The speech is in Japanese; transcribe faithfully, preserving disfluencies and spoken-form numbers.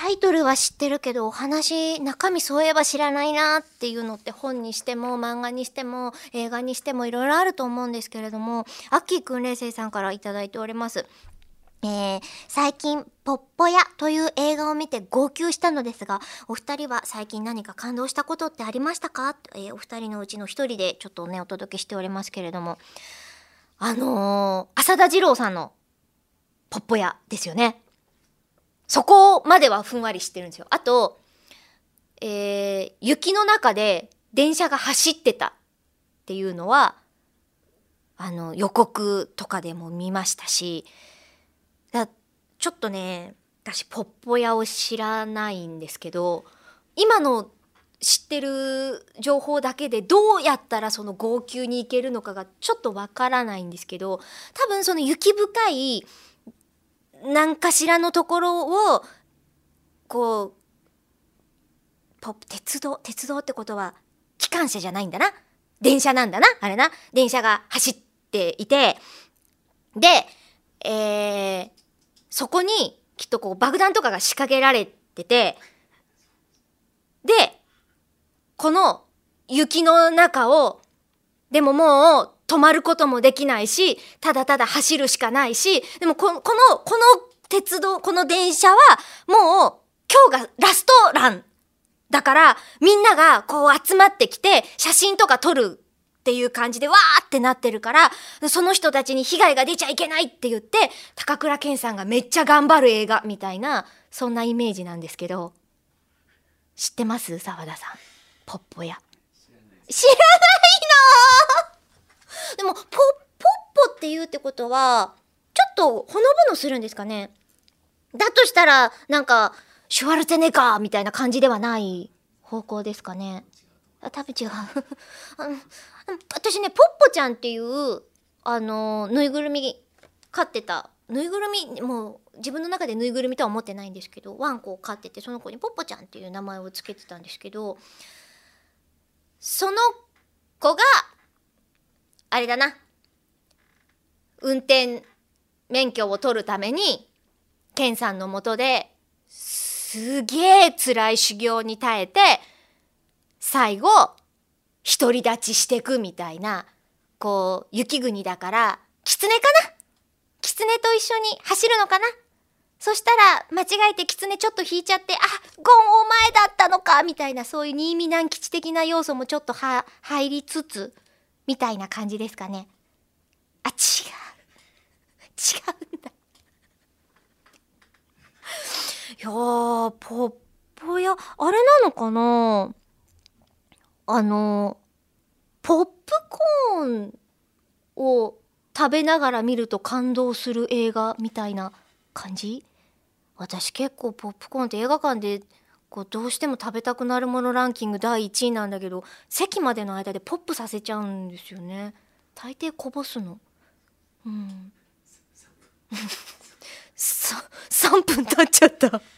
タイトルは知ってるけどお話中身そういえば知らないなっていうのって本にしても漫画にしても映画にしてもいろいろあると思うんですけれども、アッキーくんれいせいさんからいただいております。えー、最近ポッポ屋という映画を見て号泣したのですが、お二人は最近何か感動したことってありましたか？えー、お二人のうちの一人でちょっとねお届けしておりますけれども、あのー、浅田次郎さんのポッポ屋ですよね。そこまではふんわり知ってるんですよ。あと、えー、雪の中で電車が走ってたっていうのはあの予告とかでも見ましたし、だちょっとね私ポッポ屋を知らないんですけど、今の知ってる情報だけでどうやったらその号泣に行けるのかがちょっとわからないんですけど、多分その雪深い何かしらのところをこうポ鉄道鉄道ってことは機関車じゃないんだな、電車なんだな、あれな、電車が走っていて、で、えー、そこにきっとこう爆弾とかが仕掛けられてて、でこの雪の中をでももう止まることもできないし、ただただ走るしかないし、でもこのこのこの鉄道この電車はもう今日がラストランだからみんながこう集まってきて写真とか撮るっていう感じでわーってなってるから、その人たちに被害が出ちゃいけないって言って高倉健さんがめっちゃ頑張る映画みたいな、そんなイメージなんですけど、知ってます？澤田さん、ポッポ屋知らないの？でもポッポッポって言うってことはちょっとほのぼのするんですかね。だとしたらなんかシュワルツェネッガーみたいな感じではない方向ですかね。あ、多分違うあの私ねポッポちゃんっていうあのぬいぐるみ飼ってた、ぬいぐるみもう自分の中でぬいぐるみとは思ってないんですけど、ワンコを飼っててその子にポッポちゃんっていう名前をつけてたんですけど、その子があれだな、運転免許を取るためにケンさんの下ですげえ辛い修行に耐えて最後独り立ちしてくみたいな、こう雪国だから狐かな、狐と一緒に走るのかな、そしたら間違えて狐ちょっと引いちゃって、あ、ゴンお前だったのかみたいな、そういう新見南吉的な要素もちょっとは入りつつみたいな感じですかね。あ、違う違うんだいやー、ポッポ屋あれなのかな、あのポップコーンを食べながら見ると感動する映画みたいな感じ。私結構ポップコーンって映画館でこうどうしても食べたくなるものランキングだいいちいなんだけど、席までの間でポップさせちゃうんですよね。大抵こぼすの。うんささんぷん経っちゃった